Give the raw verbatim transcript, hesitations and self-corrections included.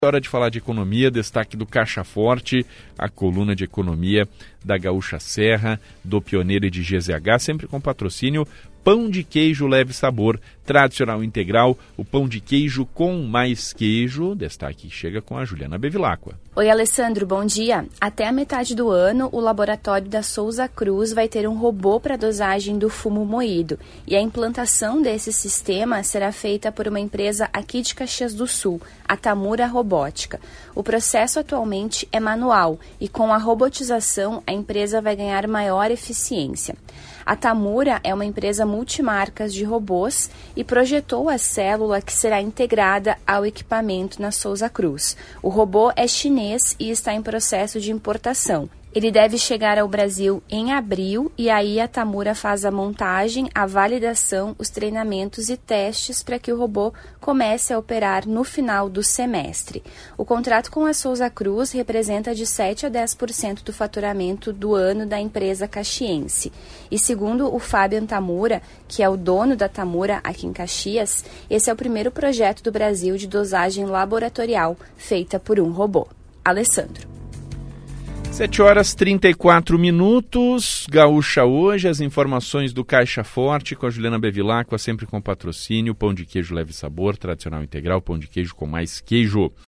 Hora de falar de economia, destaque do Caixa Forte, a coluna de economia da Gaúcha Serra, do Pioneiro e de G Z H, sempre com patrocínio. Pão de queijo leve sabor, tradicional integral, o pão de queijo com mais queijo. Destaque chega com a Juliana Bevilacqua. Oi, Alessandro, bom dia. Até a metade do ano, o laboratório da Souza Cruz vai ter um robô para dosagem do fumo moído. E a implantação desse sistema será feita por uma empresa aqui de Caxias do Sul, a Tamura Robótica. O processo atualmente é manual e com a robotização a empresa vai ganhar maior eficiência. A Tamura é uma empresa multimarcas de robôs e projetou a célula que será integrada ao equipamento na Souza Cruz. O robô é chinês e está em processo de importação. Ele deve chegar ao Brasil em abril e aí a Tamura faz a montagem, a validação, os treinamentos e testes para que o robô comece a operar no final do semestre. O contrato com a Souza Cruz representa de sete a dez por cento do faturamento do ano da empresa caxiense. E segundo o Fabian Tamura, que é o dono da Tamura aqui em Caxias, esse é o primeiro projeto do Brasil de dosagem laboratorial feita por um robô. Alessandro. sete horas e trinta e quatro minutos, Gaúcha hoje, as informações do Caixa Forte com a Juliana Bevilacqua, sempre com patrocínio, pão de queijo leve sabor, tradicional integral, pão de queijo com mais queijo.